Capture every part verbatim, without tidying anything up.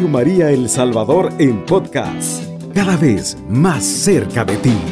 Radio María El Salvador en podcast, cada vez más cerca de ti.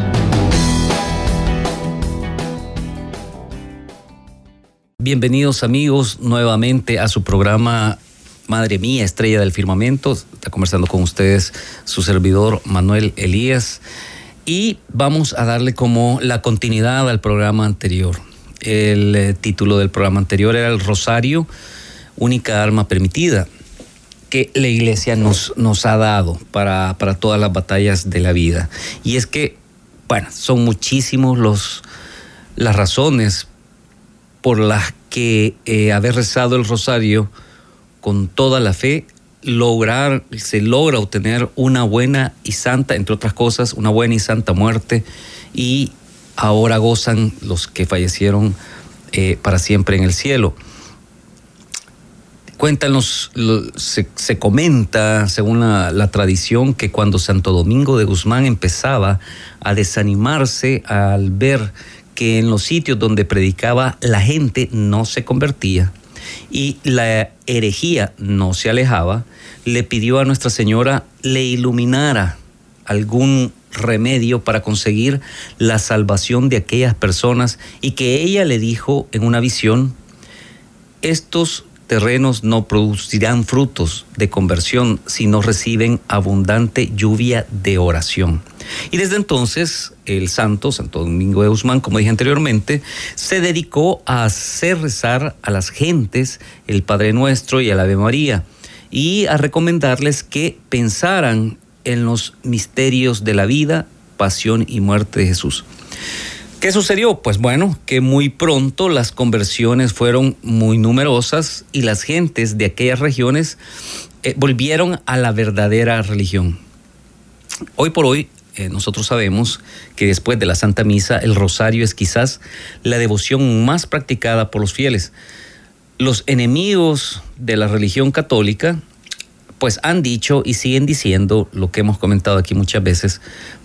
Bienvenidos amigos nuevamente a su programa Madre Mía, Estrella del Firmamento. Está conversando con ustedes su servidor Manuel Elías y vamos a darle como la continuidad al programa anterior. El eh, título del programa anterior era El Rosario, única arma permitida que la Iglesia nos, nos ha dado para, para todas las batallas de la vida. Y es que, bueno, son muchísimos los, las razones por las que eh, haber rezado el rosario con toda la fe, lograr, se logra obtener una buena y santa, entre otras cosas, una buena y santa muerte, y ahora gozan los que fallecieron eh, para siempre en el cielo. Cuéntanos, lo, se, se comenta, según la, la tradición, que cuando Santo Domingo de Guzmán empezaba a desanimarse al ver que en los sitios donde predicaba la gente no se convertía y la herejía no se alejaba, le pidió a Nuestra Señora le iluminara algún remedio para conseguir la salvación de aquellas personas, y que ella le dijo en una visión: estos terrenos no producirán frutos de conversión si no reciben abundante lluvia de oración. Y desde entonces el santo, Santo Domingo de Guzmán, como dije anteriormente, se dedicó a hacer rezar a las gentes el Padre Nuestro y el Ave María, y a recomendarles que pensaran en los misterios de la vida, pasión y muerte de Jesús. ¿Qué sucedió? Pues bueno, que muy pronto las conversiones fueron muy numerosas y las gentes de aquellas regiones eh, volvieron a la verdadera religión. Hoy por hoy, eh, nosotros sabemos que después de la Santa Misa, el rosario es quizás la devoción más practicada por los fieles. Los enemigos de la religión católica, pues han dicho y siguen diciendo lo que hemos comentado aquí muchas veces,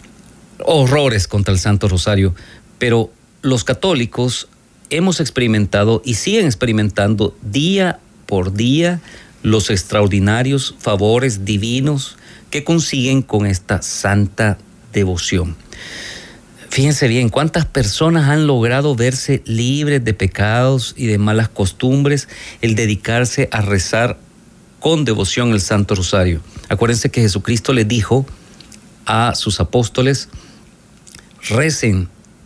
horrores contra el Santo Rosario. Pero los católicos hemos experimentado y siguen experimentando día por día los extraordinarios favores divinos que consiguen con esta santa devoción. Fíjense bien, cuántas personas han logrado verse libres de pecados y de malas costumbres el dedicarse a rezar con devoción el Santo Rosario. Acuérdense que Jesucristo les dijo a sus apóstoles: recen,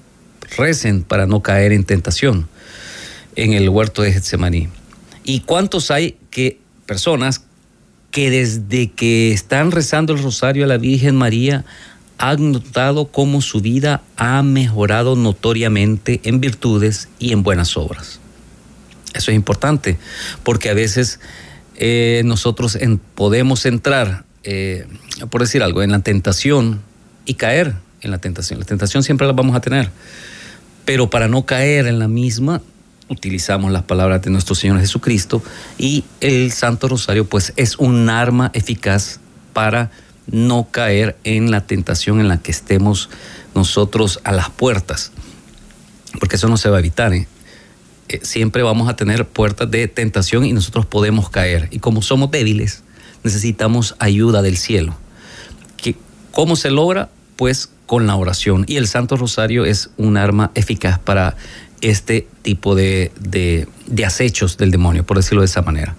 recen para no caer en tentación, en el huerto de Getsemaní. ¿Y cuántos hay que personas que desde que están rezando el rosario a la Virgen María han notado cómo su vida ha mejorado notoriamente en virtudes y en buenas obras? Eso es importante, porque a veces eh, nosotros en, podemos entrar, eh, por decir algo, en la tentación y caer en la tentación. La tentación siempre la vamos a tener, pero para no caer en la misma, utilizamos las palabras de nuestro Señor Jesucristo, y el Santo Rosario pues es un arma eficaz para no caer en la tentación en la que estemos nosotros a las puertas, porque eso no se va a evitar, ¿eh? Eh, siempre vamos a tener puertas de tentación y nosotros podemos caer, y como somos débiles necesitamos ayuda del cielo. ¿Qué, ¿Cómo se logra? Pues con la oración, y el Santo Rosario es un arma eficaz para este tipo de, de, de acechos del demonio, por decirlo de esa manera.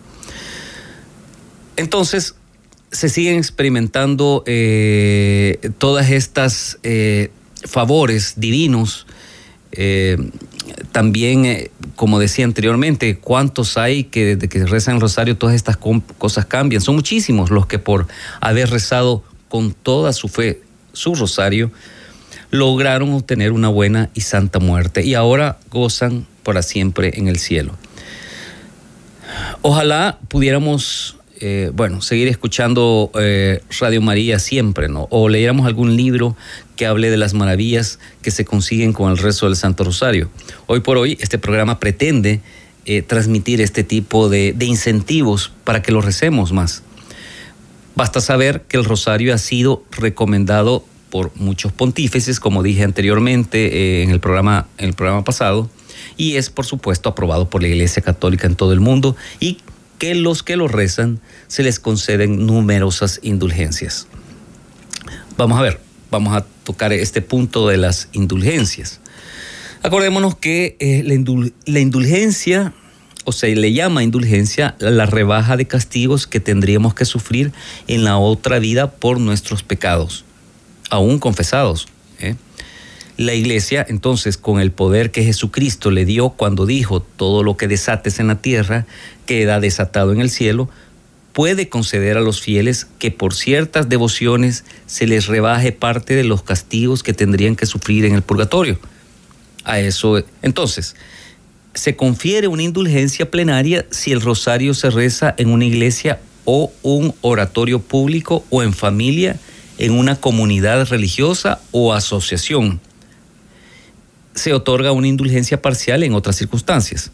Entonces, se siguen experimentando eh, todas estas eh, favores divinos. Eh, también, eh, como decía anteriormente, ¿cuántos hay que desde que rezan el rosario todas estas cosas cambian? Son muchísimos los que por haber rezado con toda su fe su rosario lograron obtener una buena y santa muerte, y ahora gozan para siempre en el cielo. Ojalá pudiéramos eh, bueno, seguir escuchando eh, Radio María siempre, ¿no? O leyéramos algún libro que hable de las maravillas que se consiguen con el rezo del Santo Rosario. Hoy por hoy este programa pretende eh, transmitir este tipo de, de incentivos para que lo recemos más. Basta saber que el rosario ha sido recomendado por muchos pontífices, como dije anteriormente eh, en el programa, en el programa pasado, y es por supuesto aprobado por la Iglesia Católica en todo el mundo, y que los que lo rezan se les conceden numerosas indulgencias. Vamos a ver, vamos a tocar este punto de las indulgencias. Acordémonos que eh, la, indul- la indulgencia, o se le llama indulgencia, la rebaja de castigos que tendríamos que sufrir en la otra vida por nuestros pecados, aún confesados. ¿eh? La Iglesia, entonces, con el poder que Jesucristo le dio cuando dijo: todo lo que desates en la tierra queda desatado en el cielo, puede conceder a los fieles que por ciertas devociones se les rebaje parte de los castigos que tendrían que sufrir en el purgatorio. A eso, entonces, se confiere una indulgencia plenaria si el rosario se reza en una iglesia o un oratorio público, o en familia, en una comunidad religiosa o asociación. Se otorga una indulgencia parcial en otras circunstancias.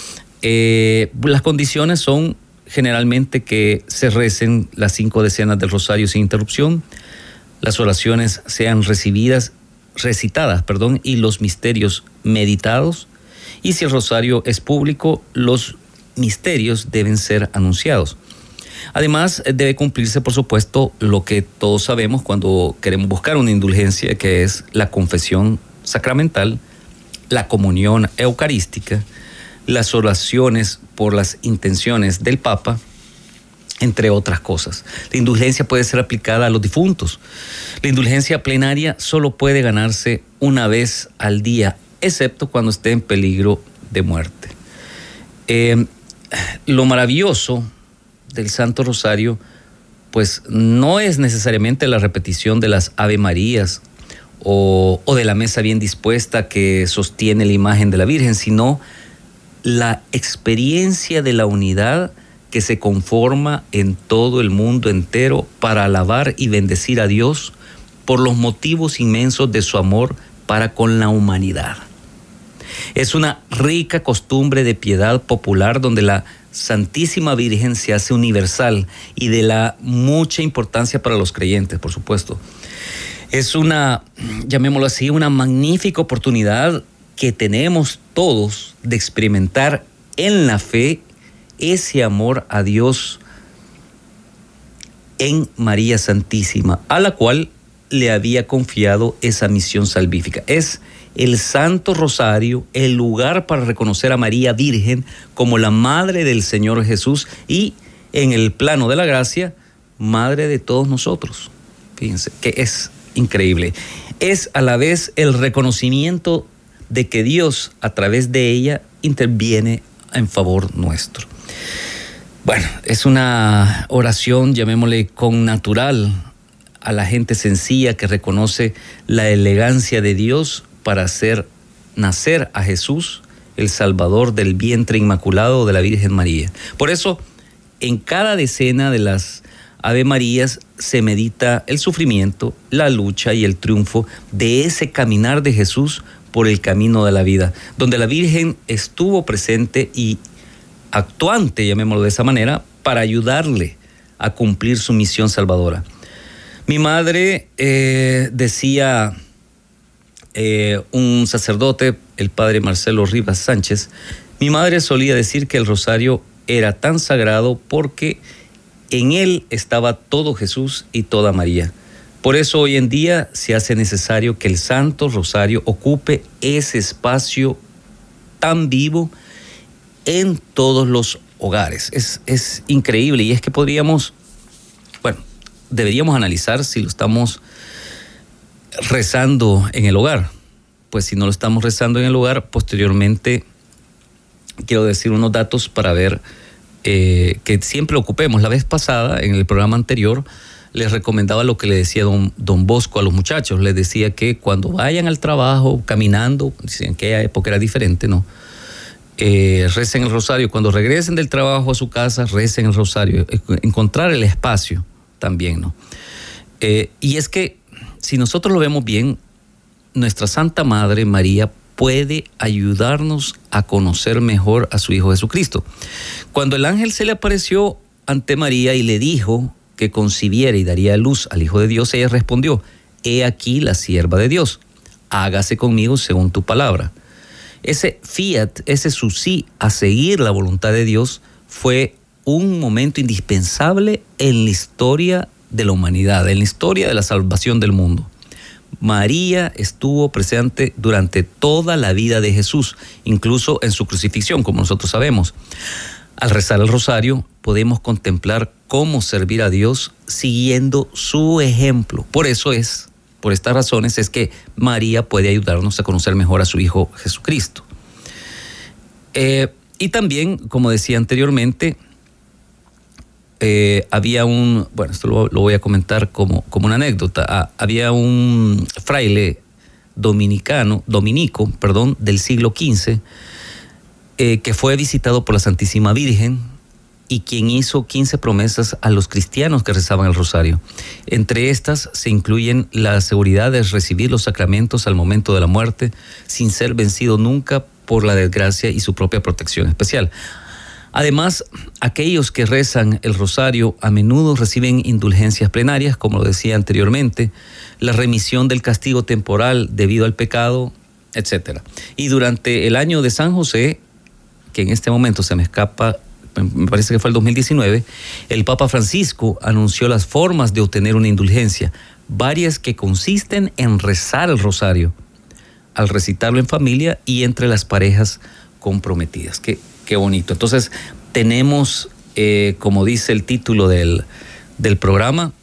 Eh, las condiciones son generalmente que se recen las cinco decenas del rosario sin interrupción, las oraciones sean recibidas, recitadas, perdón, y los misterios meditados, y si el rosario es público, los misterios deben ser anunciados. Además, debe cumplirse, por supuesto, lo que todos sabemos cuando queremos buscar una indulgencia, que es la confesión sacramental, la comunión eucarística, las oraciones por las intenciones del Papa, entre otras cosas. La indulgencia puede ser aplicada a los difuntos. La indulgencia plenaria solo puede ganarse una vez al día, excepto cuando esté en peligro de muerte. Eh, lo maravilloso del Santo Rosario, pues no es necesariamente la repetición de las Ave Marías o, o de la mesa bien dispuesta que sostiene la imagen de la Virgen, sino la experiencia de la unidad que se conforma en todo el mundo entero para alabar y bendecir a Dios por los motivos inmensos de su amor para con la humanidad. Es una rica costumbre de piedad popular donde la Santísima Virgen se hace universal y de la mucha importancia para los creyentes, por supuesto. Es una, llamémoslo así, una magnífica oportunidad que tenemos todos de experimentar en la fe ese amor a Dios en María Santísima, a la cual le había confiado esa misión salvífica. Es el Santo Rosario el lugar para reconocer a María Virgen como la Madre del Señor Jesús y, en el plano de la gracia, Madre de todos nosotros. Fíjense que es increíble. Es a la vez el reconocimiento de que Dios, a través de ella, interviene en favor nuestro. Bueno, es una oración, llamémosle, connatural a la gente sencilla que reconoce la elegancia de Dios para hacer nacer a Jesús, el Salvador del vientre inmaculado de la Virgen María. Por eso, en cada decena de las Ave Marías se medita el sufrimiento, la lucha y el triunfo de ese caminar de Jesús por el camino de la vida, donde la Virgen estuvo presente y actuante, llamémoslo de esa manera, para ayudarle a cumplir su misión salvadora. Mi madre eh, decía, eh, un sacerdote, el padre Marcelo Rivas Sánchez, mi madre solía decir que el rosario era tan sagrado porque en él estaba todo Jesús y toda María. Por eso hoy en día se hace necesario que el Santo Rosario ocupe ese espacio tan vivo en todos los hogares. Es, es increíble, y es que podríamos, bueno, deberíamos analizar si lo estamos rezando en el hogar. Pues si no lo estamos rezando en el hogar, posteriormente quiero decir unos datos para ver eh, que siempre ocupemos. La vez pasada, en el programa anterior, les recomendaba lo que le decía don, don Bosco a los muchachos. Les decía que cuando vayan al trabajo, caminando, en aquella época era diferente, ¿no? Eh, recen el rosario. Cuando regresen del trabajo a su casa, recen el rosario. Encontrar el espacio también, ¿no? Eh, y es que, si nosotros lo vemos bien, nuestra Santa Madre María puede ayudarnos a conocer mejor a su Hijo Jesucristo. Cuando el ángel se le apareció ante María y le dijo que concibiera y daría a luz al Hijo de Dios, ella respondió: he aquí la sierva de Dios, hágase conmigo según tu palabra. Ese fiat, ese su sí a seguir la voluntad de Dios, fue un momento indispensable en la historia de la humanidad, en la historia de la salvación del mundo. María estuvo presente durante toda la vida de Jesús, incluso en su crucifixión, como nosotros sabemos. Al rezar el rosario podemos contemplar cómo servir a Dios siguiendo su ejemplo. Por eso es, por estas razones es que María puede ayudarnos a conocer mejor a su Hijo Jesucristo. Eh, y también, como decía anteriormente, Eh, había un, bueno, esto lo, lo voy a comentar como, como una anécdota. Ah, había un fraile dominicano, dominico, perdón, del siglo quince, eh, que fue visitado por la Santísima Virgen y quien hizo quince promesas a los cristianos que rezaban el rosario. Entre estas se incluyen la seguridad de recibir los sacramentos al momento de la muerte, sin ser vencido nunca por la desgracia y su propia protección especial. Además, aquellos que rezan el rosario a menudo reciben indulgencias plenarias, como lo decía anteriormente, la remisión del castigo temporal debido al pecado, etcétera. Y durante el año de San José, que en este momento se me escapa, me parece que fue el dos mil diecinueve, el Papa Francisco anunció las formas de obtener una indulgencia, varias que consisten en rezar el rosario, al recitarlo en familia y entre las parejas comprometidas. Que Qué bonito. Entonces, tenemos, eh, como dice el título del, del programa,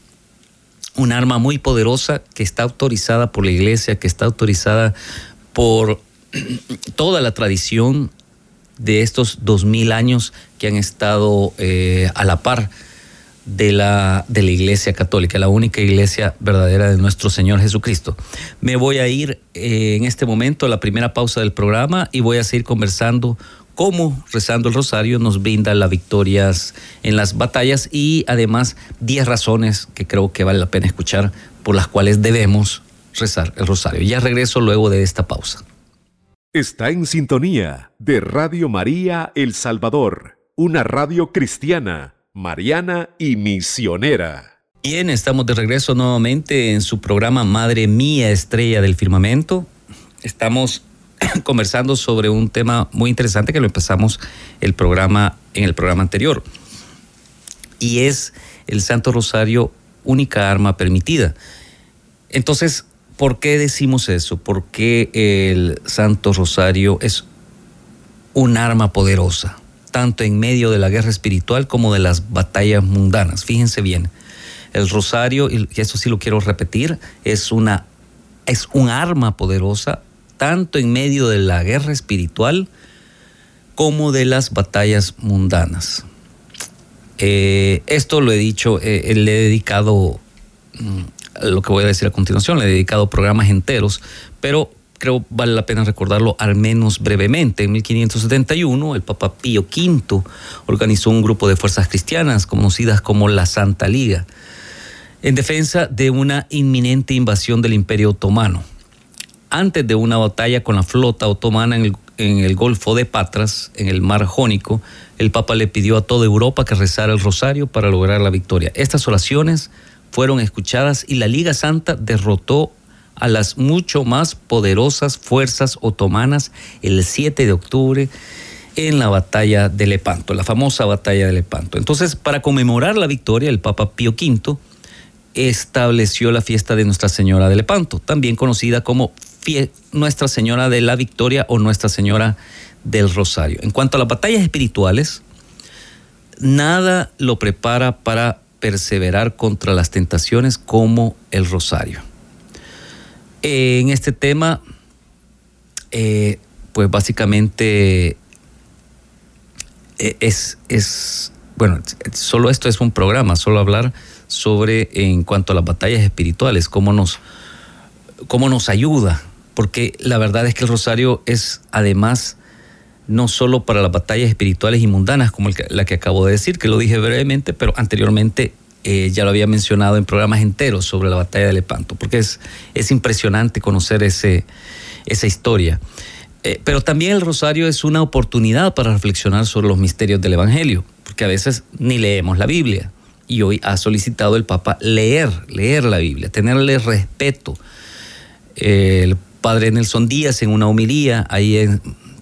un arma muy poderosa que está autorizada por la Iglesia, que está autorizada por toda la tradición de estos dos mil años que han estado eh, a la par de la, de la Iglesia Católica, la única iglesia verdadera de nuestro Señor Jesucristo. Me voy a ir eh, en este momento a la primera pausa del programa y voy a seguir conversando cómo rezando el rosario nos brinda las victorias en las batallas y además diez razones que creo que vale la pena escuchar por las cuales debemos rezar el rosario. Ya regreso luego de esta pausa. Está en sintonía de Radio María El Salvador, una radio cristiana, mariana y misionera. Bien, estamos de regreso nuevamente en su programa Madre Mía, Estrella del Firmamento. Estamos conversando sobre un tema muy interesante que lo empezamos el programa en el programa anterior, y es el Santo Rosario, única arma permitida. Entonces, ¿por qué decimos eso? ¿Por qué el Santo Rosario es un arma poderosa, tanto en medio de la guerra espiritual como de las batallas mundanas? Fíjense bien, el rosario, y eso sí lo quiero repetir, es una es un arma poderosa tanto en medio de la guerra espiritual como de las batallas mundanas. Eh, esto lo he dicho, eh, le he dedicado, mm, lo que voy a decir a continuación, le he dedicado programas enteros, pero creo vale la pena recordarlo al menos brevemente. En mil quinientos setenta y uno, el Papa Pío quinto organizó un grupo de fuerzas cristianas conocidas como la Santa Liga, en defensa de una inminente invasión del Imperio Otomano. Antes de una batalla con la flota otomana en el, en el Golfo de Patras, en el Mar Jónico, el Papa le pidió a toda Europa que rezara el rosario para lograr la victoria. Estas oraciones fueron escuchadas y la Liga Santa derrotó a las mucho más poderosas fuerzas otomanas el siete de octubre en la batalla de Lepanto, la famosa batalla de Lepanto. Entonces, para conmemorar la victoria, el Papa Pío quinto estableció la fiesta de Nuestra Señora de Lepanto, también conocida como Nuestra Señora de la Victoria o Nuestra Señora del Rosario. En cuanto a las batallas espirituales, nada lo prepara para perseverar contra las tentaciones como el rosario. En este tema, eh, pues básicamente es, es, bueno, solo esto es un programa, solo hablar sobre, en cuanto a las batallas espirituales, cómo nos, cómo nos ayuda. Porque la verdad es que el rosario es además no solo para las batallas espirituales y mundanas, como el que, la que acabo de decir, que lo dije brevemente, pero anteriormente eh, ya lo había mencionado en programas enteros sobre la batalla de Lepanto, porque es, es impresionante conocer ese, esa historia. Eh, pero también el rosario es una oportunidad para reflexionar sobre los misterios del Evangelio, porque a veces ni leemos la Biblia. Y hoy ha solicitado el Papa leer, leer la Biblia, tenerle respeto. Eh, el Padre Nelson Díaz, en una homilía ahí en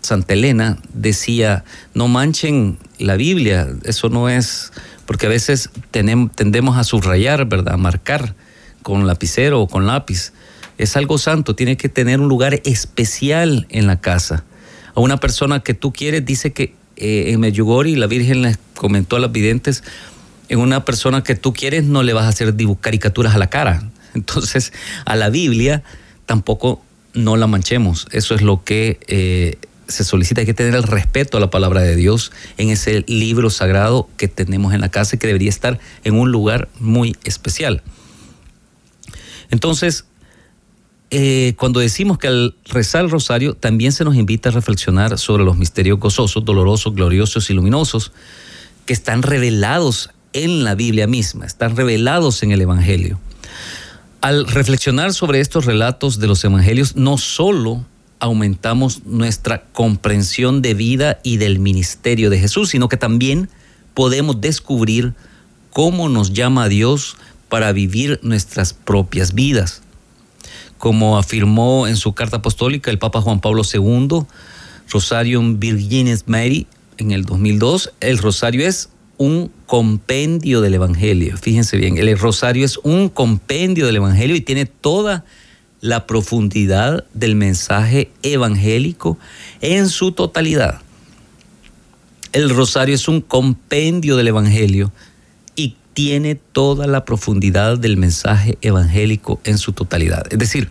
Santa Elena decía, no manchen la Biblia, eso no es, porque a veces tenemos, tendemos a subrayar, ¿verdad?, a marcar con lapicero o con lápiz. Es algo santo, tiene que tener un lugar especial en la casa. A una persona que tú quieres, dice que eh, en Medjugorje la Virgen les comentó a las videntes, en una persona que tú quieres no le vas a hacer dibujar caricaturas a la cara. Entonces, a la Biblia tampoco no la manchemos. Eso es lo que eh, se solicita. Hay que tener el respeto a la palabra de Dios en ese libro sagrado que tenemos en la casa y que debería estar en un lugar muy especial. Entonces, eh, cuando decimos que al rezar el rosario también se nos invita a reflexionar sobre los misterios gozosos, dolorosos, gloriosos y luminosos que están revelados en la Biblia misma, están revelados en el Evangelio. Al reflexionar sobre estos relatos de los Evangelios, no solo aumentamos nuestra comprensión de vida y del ministerio de Jesús, sino que también podemos descubrir cómo nos llama Dios para vivir nuestras propias vidas. Como afirmó en su carta apostólica el Papa Juan Pablo segundo, Rosarium Virginis Maria, en el dos mil dos, el rosario es un compendio del Evangelio. Fíjense bien, el rosario es un compendio del Evangelio y tiene toda la profundidad del mensaje evangélico en su totalidad. El rosario es un compendio del Evangelio y tiene toda la profundidad del mensaje evangélico en su totalidad. Es decir,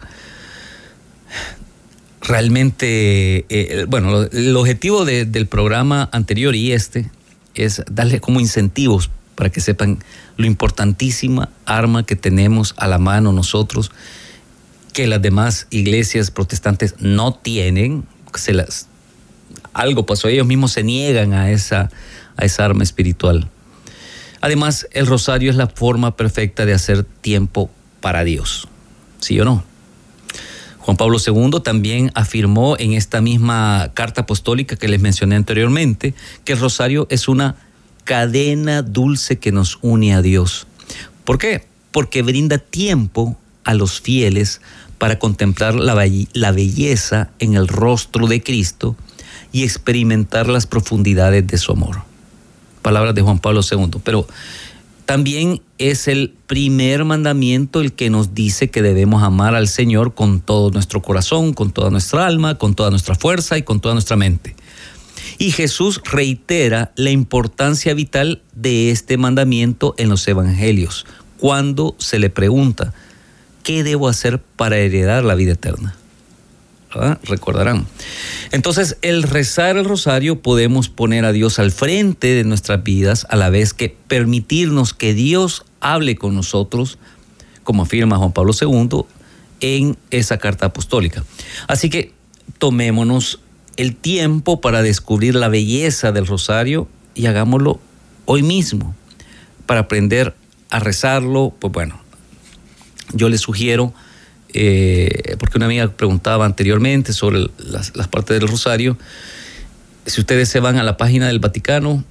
realmente, eh, bueno, el objetivo de, del programa anterior y este es darle como incentivos para que sepan lo importantísima arma que tenemos a la mano nosotros, que las demás iglesias protestantes no tienen. Se las, algo pasó, ellos mismos se niegan a esa, a esa arma espiritual. Además, el rosario es la forma perfecta de hacer tiempo para Dios, ¿sí o no? Juan Pablo segundo también afirmó en esta misma carta apostólica que les mencioné anteriormente que el rosario es una cadena dulce que nos une a Dios. ¿Por qué? Porque brinda tiempo a los fieles para contemplar la, be- la belleza en el rostro de Cristo y experimentar las profundidades de su amor. Palabras de Juan Pablo segundo. Pero también es el primer mandamiento el que nos dice que debemos amar al Señor con todo nuestro corazón, con toda nuestra alma, con toda nuestra fuerza y con toda nuestra mente. Y Jesús reitera la importancia vital de este mandamiento en los evangelios, cuando se le pregunta, ¿qué debo hacer para heredar la vida eterna? ¿Verdad? Recordarán. Entonces, el rezar el rosario podemos poner a Dios al frente de nuestras vidas, a la vez que permitirnos que Dios hable con nosotros, como afirma Juan Pablo segundo en esa carta apostólica. Así que tomémonos el tiempo para descubrir la belleza del rosario y hagámoslo hoy mismo. Para aprender a rezarlo, pues bueno, yo les sugiero, Eh, porque una amiga preguntaba anteriormente sobre las, las partes del rosario. Si ustedes se van a la página del Vaticano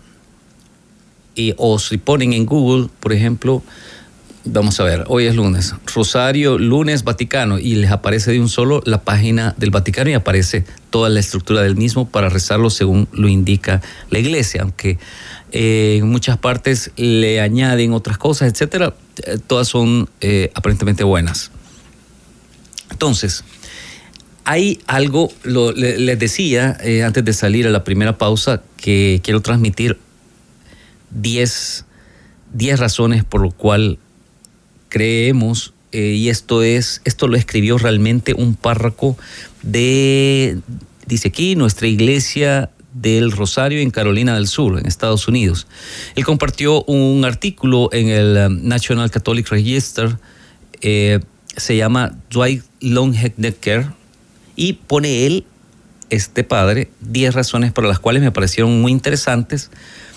y, o si ponen en Google, por ejemplo, vamos a ver, hoy es lunes, Rosario Lunes Vaticano, y les aparece de un solo la página del Vaticano y aparece toda la estructura del mismo para rezarlo según lo indica la iglesia, aunque eh, en muchas partes le añaden otras cosas, etcétera, eh, todas son eh, aparentemente buenas. Entonces, hay algo, lo, le, les decía eh, antes de salir a la primera pausa, que quiero transmitir diez razones por lo cual creemos, eh, y esto es, esto lo escribió realmente un párroco de, dice aquí, nuestra iglesia del Rosario en Carolina del Sur, en Estados Unidos. Él compartió un artículo en el um, National Catholic Register, eh, se llama Dwight Longenecker, y pone él, este padre, diez razones por las cuales me parecieron muy interesantes,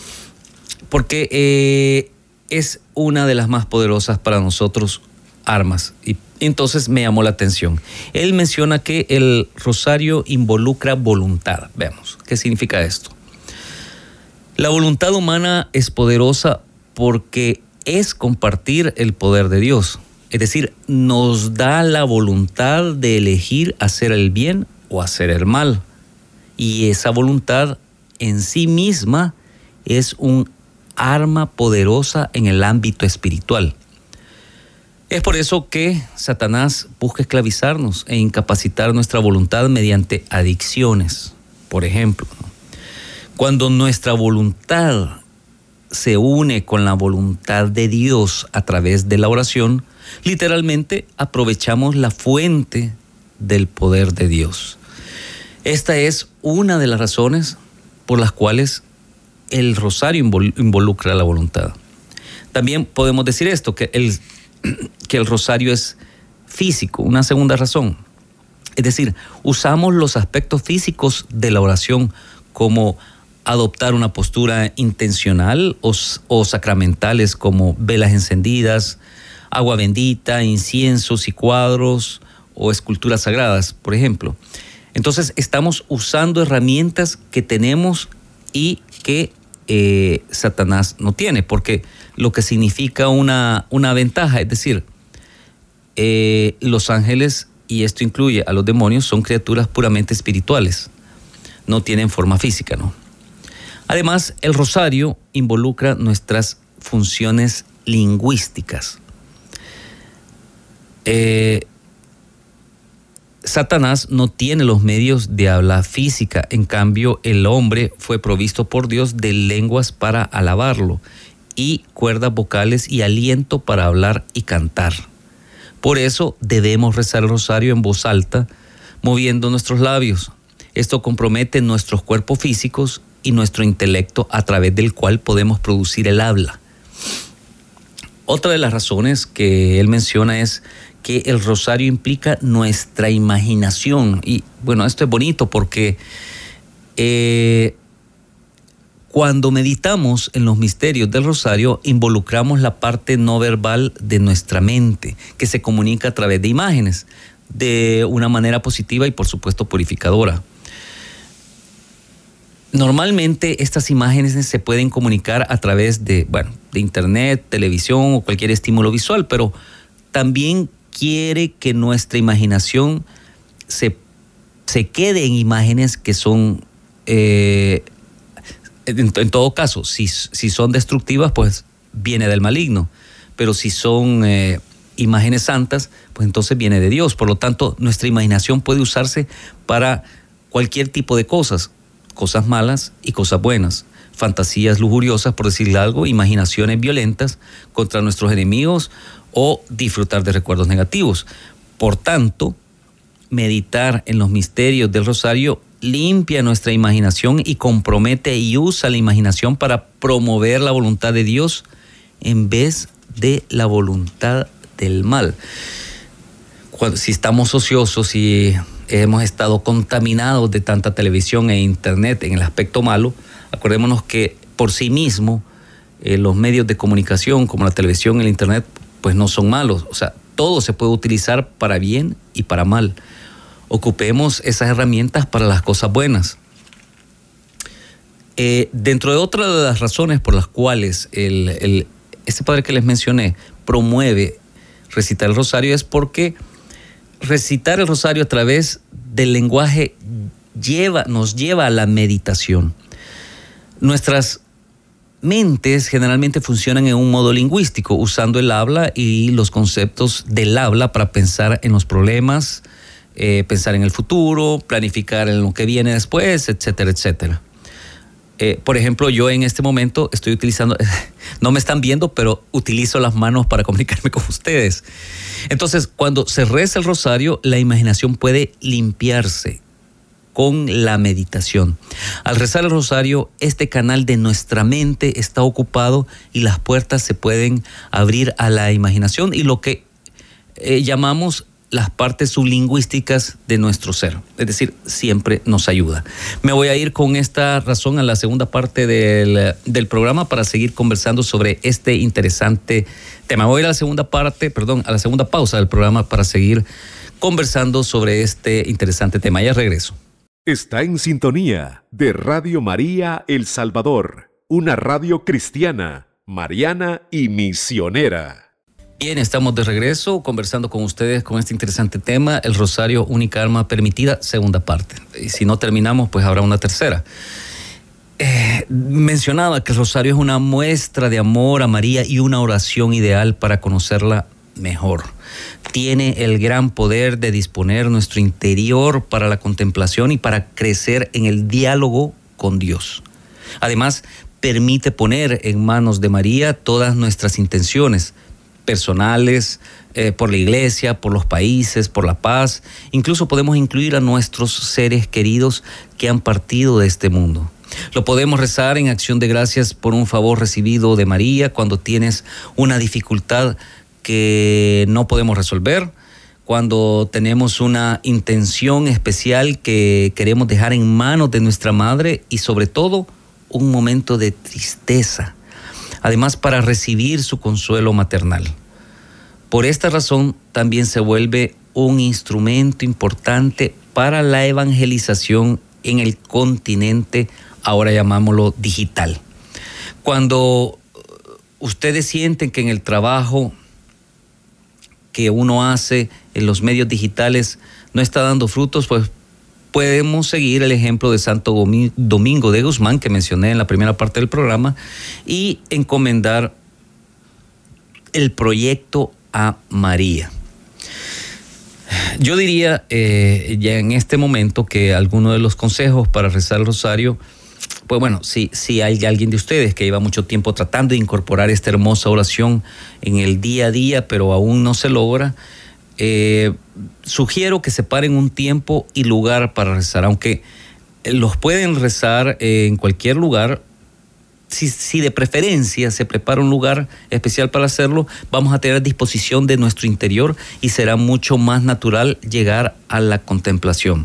porque eh, es una de las más poderosas para nosotros armas, y entonces me llamó la atención. Él menciona que el rosario involucra voluntad. Veamos, ¿qué significa esto? La voluntad humana es poderosa porque es compartir el poder de Dios. Es decir, nos da la voluntad de elegir hacer el bien o hacer el mal. Y esa voluntad en sí misma es un arma poderosa en el ámbito espiritual. Es por eso que Satanás busca esclavizarnos e incapacitar nuestra voluntad mediante adicciones. Por ejemplo, cuando nuestra voluntad se une con la voluntad de Dios a través de la oración, literalmente aprovechamos la fuente del poder de Dios. Esta es una de las razones por las cuales el rosario involucra la voluntad. También podemos decir esto, que el, que el rosario es físico, una segunda razón. Es decir, usamos los aspectos físicos de la oración como adoptar una postura intencional o, o sacramentales como velas encendidas, agua bendita, inciensos y cuadros o esculturas sagradas, por ejemplo. Entonces estamos usando herramientas que tenemos y que eh, Satanás no tiene, porque lo que significa una, una ventaja, es decir, eh, los ángeles, y esto incluye a los demonios, son criaturas puramente espirituales, no tienen forma física, ¿no? Además, el rosario involucra nuestras funciones lingüísticas. Eh, Satanás no tiene los medios de habla física, en cambio el hombre fue provisto por Dios de lenguas para alabarlo y cuerdas vocales y aliento para hablar y cantar. Por eso debemos rezar el rosario en voz alta, moviendo nuestros labios. Esto compromete nuestros cuerpos físicos y nuestro intelecto a través del cual podemos producir el habla. Otra de las razones que él menciona es que el rosario implica nuestra imaginación. Y bueno, esto es bonito porque eh, cuando meditamos en los misterios del rosario, involucramos la parte no verbal de nuestra mente, que se comunica a través de imágenes, de una manera positiva y por supuesto purificadora. Normalmente estas imágenes se pueden comunicar a través de, bueno, de internet, televisión o cualquier estímulo visual, pero también quiere que nuestra imaginación se, se quede en imágenes que son, eh, en, en todo caso, si, si son destructivas, pues viene del maligno, pero si son eh, imágenes santas, pues entonces viene de Dios. Por lo tanto, nuestra imaginación puede usarse para cualquier tipo de cosas, cosas malas y cosas buenas, fantasías lujuriosas, por decirle algo, imaginaciones violentas contra nuestros enemigos o disfrutar de recuerdos negativos. Por tanto, meditar en los misterios del rosario limpia nuestra imaginación y compromete y usa la imaginación para promover la voluntad de Dios en vez de la voluntad del mal. Cuando, si estamos ociosos y hemos estado contaminados de tanta televisión e internet en el aspecto malo, acordémonos que por sí mismo eh, los medios de comunicación como la televisión y el internet pues no son malos. O sea, todo se puede utilizar para bien y para mal. Ocupemos esas herramientas para las cosas buenas. Eh, dentro de otras de las razones por las cuales el, el, este padre que les mencioné promueve recitar el rosario es porque recitar el rosario a través del lenguaje lleva, nos lleva a la meditación. Nuestras mentes generalmente funcionan en un modo lingüístico, usando el habla y los conceptos del habla para pensar en los problemas, eh, pensar en el futuro, planificar en lo que viene después, etcétera, etcétera. Eh, por ejemplo, yo en este momento estoy utilizando, no me están viendo, pero utilizo las manos para comunicarme con ustedes. Entonces, cuando se reza el rosario, la imaginación puede limpiarse con la meditación. Al rezar el rosario, este canal de nuestra mente está ocupado y las puertas se pueden abrir a la imaginación y lo que eh, llamamos las partes sublingüísticas de nuestro ser. Es decir, siempre nos ayuda. Me voy a ir con esta razón a la segunda parte del, del programa para seguir conversando sobre este interesante tema. Voy a ir a la segunda parte, perdón, a la segunda pausa del programa para seguir conversando sobre este interesante tema. Ya regreso. Está en sintonía de Radio María El Salvador, una radio cristiana, mariana y misionera. Bien, estamos de regreso conversando con ustedes con este interesante tema, el rosario, única arma permitida, segunda parte. Y si no terminamos, pues habrá una tercera. Eh, mencionaba que el rosario es una muestra de amor a María y una oración ideal para conocerla mejor. Tiene el gran poder de disponer nuestro interior para la contemplación y para crecer en el diálogo con Dios. Además, permite poner en manos de María todas nuestras intenciones personales, eh, por la iglesia, por los países, por la paz. Incluso podemos incluir a nuestros seres queridos que han partido de este mundo. Lo podemos rezar en acción de gracias por un favor recibido de María cuando tienes una dificultad que no podemos resolver, cuando tenemos una intención especial que queremos dejar en manos de nuestra madre y sobre todo un momento de tristeza. Además, para recibir su consuelo maternal. Por esta razón, también se vuelve un instrumento importante para la evangelización en el continente, ahora llamámoslo digital. Cuando ustedes sienten que en el trabajo que uno hace en los medios digitales no está dando frutos, pues podemos seguir el ejemplo de Santo Domingo de Guzmán, que mencioné en la primera parte del programa, y encomendar el proyecto a María. Yo diría eh, ya en este momento que alguno de los consejos para rezar el rosario, pues bueno, si, si hay alguien de ustedes que lleva mucho tiempo tratando de incorporar esta hermosa oración en el día a día, pero aún no se logra, Eh, sugiero que separen un tiempo y lugar para rezar, aunque los pueden rezar eh, en cualquier lugar. Si, si de preferencia se prepara un lugar especial para hacerlo, vamos a tener disposición de nuestro interior y será mucho más natural llegar a la contemplación.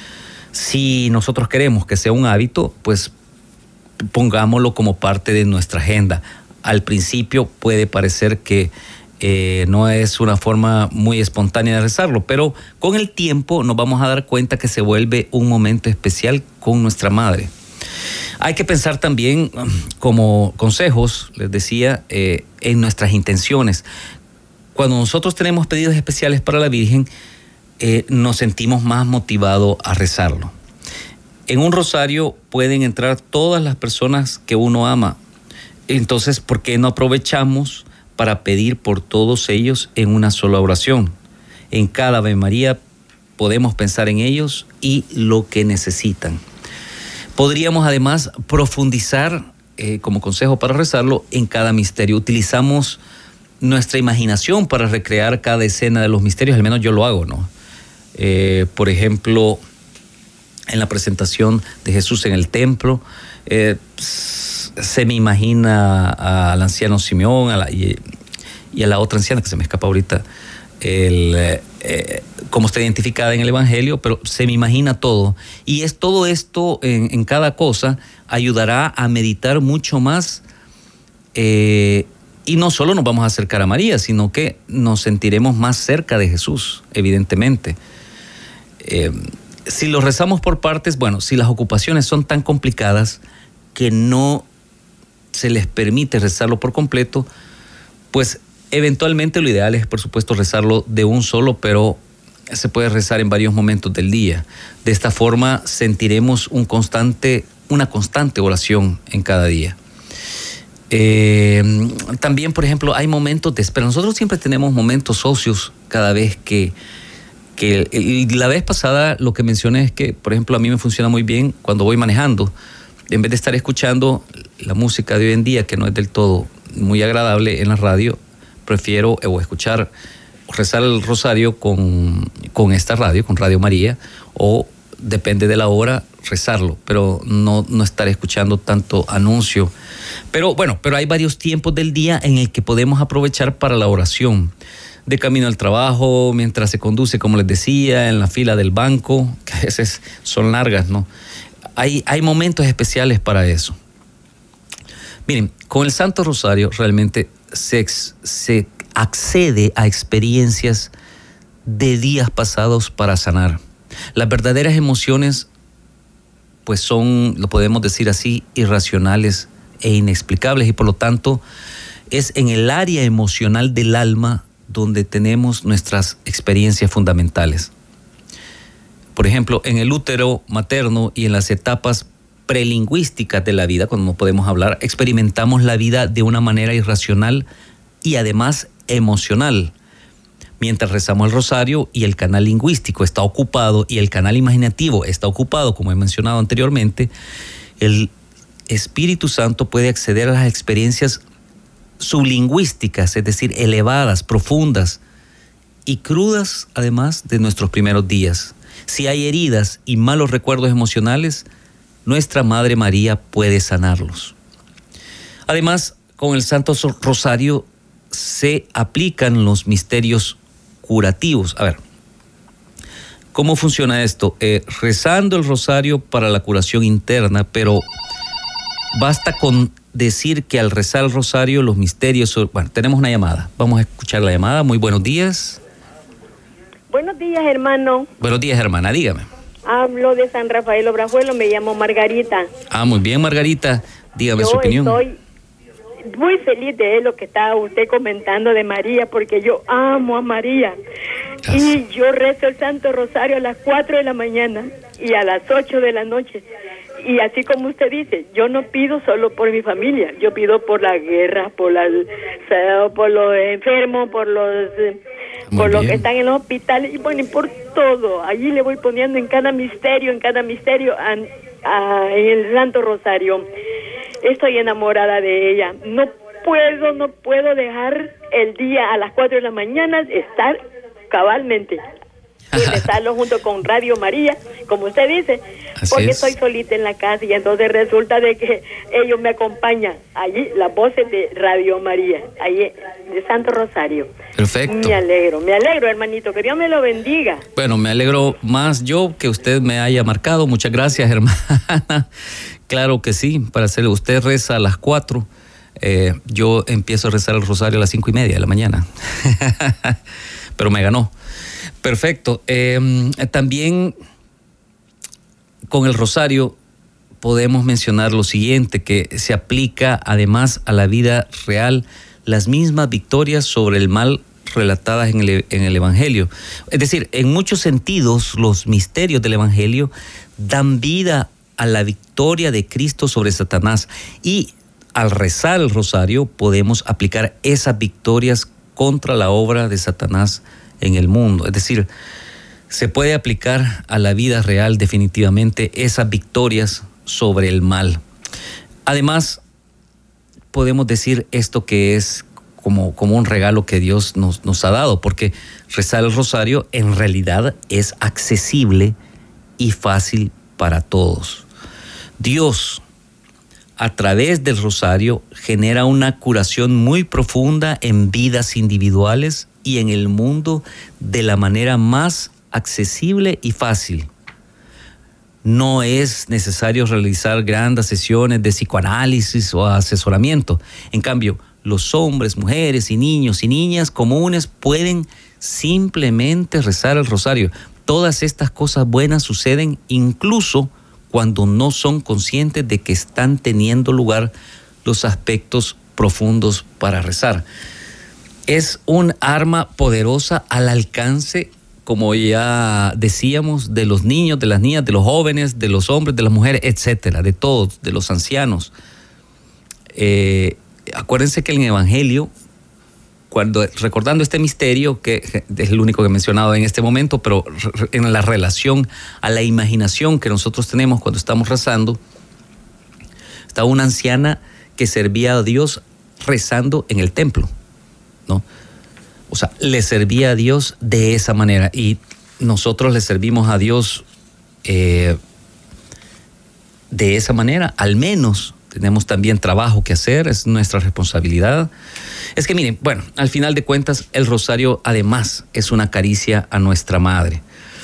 Si nosotros queremos que sea un hábito, pues pongámoslo como parte de nuestra agenda. Al principio puede parecer que Eh, no es una forma muy espontánea de rezarlo, pero con el tiempo nos vamos a dar cuenta que se vuelve un momento especial con nuestra madre. Hay que pensar también, como consejos, les decía, eh, en nuestras intenciones. Cuando nosotros tenemos pedidos especiales para la Virgen, eh, nos sentimos más motivados a rezarlo. En un rosario pueden entrar todas las personas que uno ama. Entonces, ¿por qué no aprovechamos para pedir por todos ellos en una sola oración? En cada Ave María podemos pensar en ellos y lo que necesitan. Podríamos además profundizar, eh, como consejo para rezarlo, en cada misterio. Utilizamos nuestra imaginación para recrear cada escena de los misterios, al menos yo lo hago, ¿no? Eh, por ejemplo, en la presentación de Jesús en el templo, eh, se me imagina al anciano Simeón a la, y, y a la otra anciana que se me escapa ahorita, el, eh, cómo está identificada en el Evangelio, pero se me imagina todo. Y es todo esto en, en cada cosa ayudará a meditar mucho más, eh, y no solo nos vamos a acercar a María, sino que nos sentiremos más cerca de Jesús, evidentemente. Eh, si lo rezamos por partes, bueno, si las ocupaciones son tan complicadas que no se les permite rezarlo por completo, pues eventualmente lo ideal es, por supuesto, rezarlo de un solo, pero se puede rezar en varios momentos del día. De esta forma sentiremos un constante, una constante oración en cada día. Eh, también, por ejemplo, hay momentos de espera. Nosotros siempre tenemos momentos ocios cada vez que, que... Y la vez pasada lo que mencioné es que, por ejemplo, a mí me funciona muy bien cuando voy manejando. En vez de estar escuchando la música de hoy en día, que no es del todo muy agradable en la radio, prefiero o escuchar, rezar el rosario con, con esta radio, con Radio María, o depende de la hora, rezarlo, pero no, no estar escuchando tanto anuncio. Pero bueno, pero hay varios tiempos del día en el que podemos aprovechar para la oración. De camino al trabajo, mientras se conduce, como les decía, en la fila del banco, que a veces son largas, ¿no? Hay, hay momentos especiales para eso. Miren, con el Santo Rosario realmente se, se accede a experiencias de días pasados para sanar. Las verdaderas emociones, pues son, lo podemos decir así, irracionales e inexplicables, y por lo tanto es en el área emocional del alma donde tenemos nuestras experiencias fundamentales. Por ejemplo, en el útero materno y en las etapas prelingüísticas de la vida, cuando no podemos hablar, experimentamos la vida de una manera irracional y además emocional. Mientras rezamos el rosario y el canal lingüístico está ocupado y el canal imaginativo está ocupado, como he mencionado anteriormente, el Espíritu Santo puede acceder a las experiencias sublingüísticas, es decir, elevadas, profundas y crudas, además de nuestros primeros días. Si hay heridas y malos recuerdos emocionales, nuestra Madre María puede sanarlos. Además, con el Santo Rosario se aplican los misterios curativos. A ver, ¿cómo funciona esto? Eh, rezando el rosario para la curación interna, pero basta con decir que al rezar el rosario los misterios... Bueno, tenemos una llamada. Vamos a escuchar la llamada. Muy buenos días. Buenos días, hermano. Buenos días, hermana. Dígame. Hablo de San Rafael Obrajuelo, me llamo Margarita. Ah, muy bien, Margarita. Dígame Yo su opinión. Estoy muy feliz de lo que está usted comentando de María, porque yo amo a María. Así. Y yo rezo el Santo Rosario a las cuatro de la mañana y a las ocho de la noche. Y así como usted dice, yo no pido solo por mi familia, yo pido por la guerra, por, la, por los enfermos, por los... Muy por bien. los que están en los hospitales y bueno, y por todo. Allí le voy poniendo en cada misterio, en cada misterio, a, a, en el Santo Rosario. Estoy enamorada de ella. No puedo, no puedo dejar el día a las cuatro de la mañana estar cabalmente y rezarlo junto con Radio María, como usted dice, Así porque es. estoy solita en la casa y entonces resulta de que ellos me acompañan allí, las voces de Radio María, allí de Santo Rosario. Perfecto. Me alegro, me alegro, hermanito, que Dios me lo bendiga. Bueno, me alegro más yo que usted me haya marcado. Muchas gracias, hermana. Claro que sí, para hacerlo. Usted reza a las cuatro. Eh, yo empiezo a rezar el rosario a las cinco y media de la mañana. Pero me ganó. Perfecto. Eh, también con el rosario podemos mencionar lo siguiente, que se aplica además a la vida real las mismas victorias sobre el mal relatadas en el, en el Evangelio. Es decir, en muchos sentidos los misterios del Evangelio dan vida a la victoria de Cristo sobre Satanás, y al rezar el rosario podemos aplicar esas victorias contra la obra de Satanás en el mundo. Es decir, se puede aplicar a la vida real definitivamente esas victorias sobre el mal. Además, podemos decir esto que es como, como un regalo que Dios nos, nos ha dado, porque rezar el rosario en realidad es accesible y fácil para todos. Dios, a través del rosario, genera una curación muy profunda en vidas individuales y en el mundo de la manera más accesible y fácil. No es necesario realizar grandes sesiones de psicoanálisis o asesoramiento. En cambio, los hombres, mujeres y niños y niñas comunes pueden simplemente rezar el rosario. Todas estas cosas buenas suceden incluso cuando no son conscientes de que están teniendo lugar los aspectos profundos para rezar. Es un arma poderosa al alcance, como ya decíamos, de los niños, de las niñas, de los jóvenes, de los hombres, de las mujeres, etcétera, de todos, de los ancianos. Eh, acuérdense que en el Evangelio, cuando recordando este misterio, que es el único que he mencionado en este momento, pero en la relación a la imaginación que nosotros tenemos cuando estamos rezando, estaba una anciana que servía a Dios rezando en el templo, ¿no? O sea, le servía a Dios de esa manera, y nosotros le servimos a Dios eh, de esa manera. Al menos tenemos también trabajo que hacer, es nuestra responsabilidad. Es que miren, bueno, al final de cuentas, el rosario además es una caricia a nuestra madre.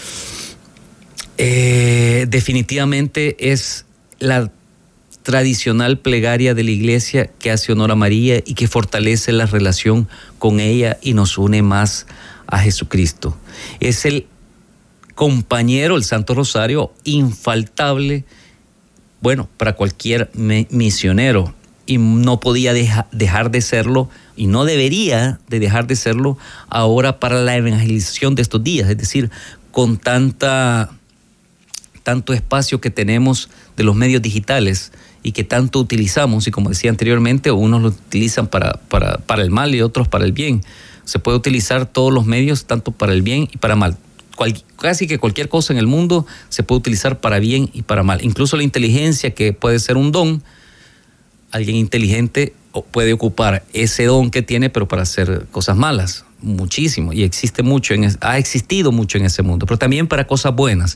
Eh, definitivamente es la tradicional plegaria de la Iglesia que hace honor a María y que fortalece la relación con ella y nos une más a Jesucristo. Es el compañero, el Santo Rosario, infaltable, bueno, para cualquier misionero. y no podía deja, dejar de serlo y no debería de dejar de serlo ahora para la evangelización de estos días, es decir, con tanta, tanto espacio que tenemos de los medios digitales y que tanto utilizamos, y como decía anteriormente, unos lo utilizan para, para, para el mal y otros para el bien. Se puede utilizar todos los medios tanto para el bien y para mal. Cual, casi que cualquier cosa en el mundo se puede utilizar para bien y para mal. Incluso la inteligencia, que puede ser un don, alguien inteligente puede ocupar ese don que tiene, pero para hacer cosas malas, muchísimo. Y existe mucho, en, ha existido mucho en ese mundo, pero también para cosas buenas.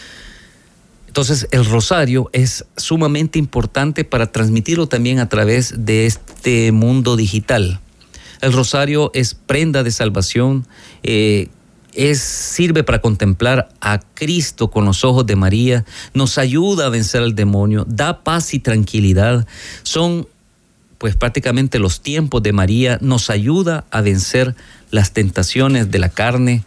Entonces, el rosario es sumamente importante para transmitirlo también a través de este mundo digital. El rosario es prenda de salvación, eh, Es, sirve para contemplar a Cristo con los ojos de María, nos ayuda a vencer al demonio, da paz y tranquilidad. Son pues prácticamente los tiempos de María, nos ayuda a vencer las tentaciones de la carne.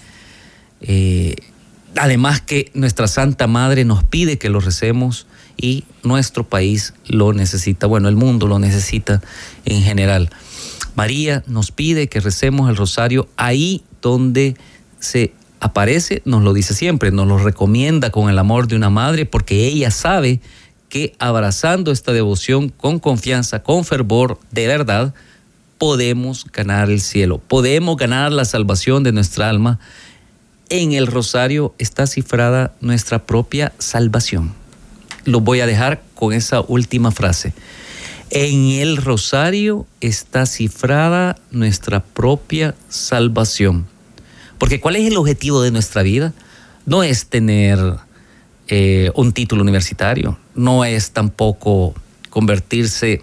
Eh, además que nuestra Santa Madre nos pide que lo recemos y nuestro país lo necesita, bueno, el mundo lo necesita en general. María nos pide que recemos el rosario ahí donde se aparece, nos lo dice siempre, nos lo recomienda con el amor de una madre, porque ella sabe que abrazando esta devoción con confianza, con fervor, de verdad, podemos ganar el cielo, podemos ganar la salvación de nuestra alma. En el rosario está cifrada nuestra propia salvación. Lo voy a dejar con esa última frase. En el rosario está cifrada nuestra propia salvación. Porque ¿cuál es el objetivo de nuestra vida? No es tener eh, un título universitario, no es tampoco convertirse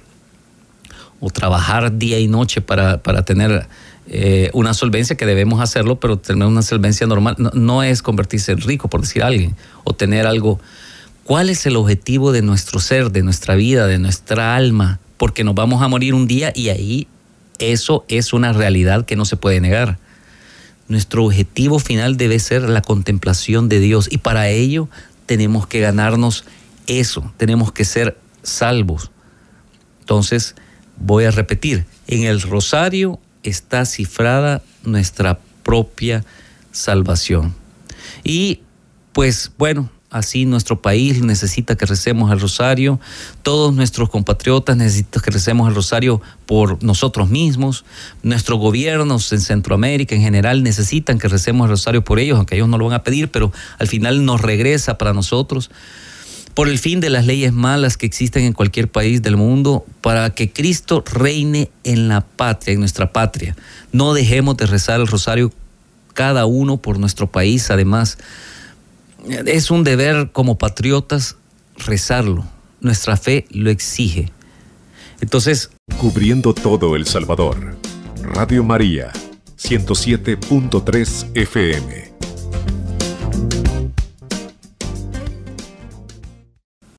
o trabajar día y noche para, para tener eh, una solvencia, que debemos hacerlo, pero tener una solvencia normal. No, no es convertirse en rico, por decir alguien, o tener algo. ¿Cuál es el objetivo de nuestro ser, de nuestra vida, de nuestra alma? Porque nos vamos a morir un día y ahí eso es una realidad que no se puede negar. Nuestro objetivo final debe ser la contemplación de Dios, y para ello tenemos que ganarnos eso, tenemos que ser salvos. Entonces, voy a repetir, en el rosario está cifrada nuestra propia salvación. Y pues bueno, así nuestro país necesita que recemos el rosario, todos nuestros compatriotas necesitan que recemos el rosario por nosotros mismos, nuestros gobiernos en Centroamérica en general necesitan que recemos el rosario por ellos, aunque ellos no lo van a pedir, pero al final nos regresa para nosotros, por el fin de las leyes malas que existen en cualquier país del mundo, para que Cristo reine en la patria, en nuestra patria. No dejemos de rezar el rosario cada uno por nuestro país. Además, es un deber como patriotas rezarlo. Nuestra fe lo exige. Entonces, cubriendo todo El Salvador, Radio María, ciento siete punto tres F M.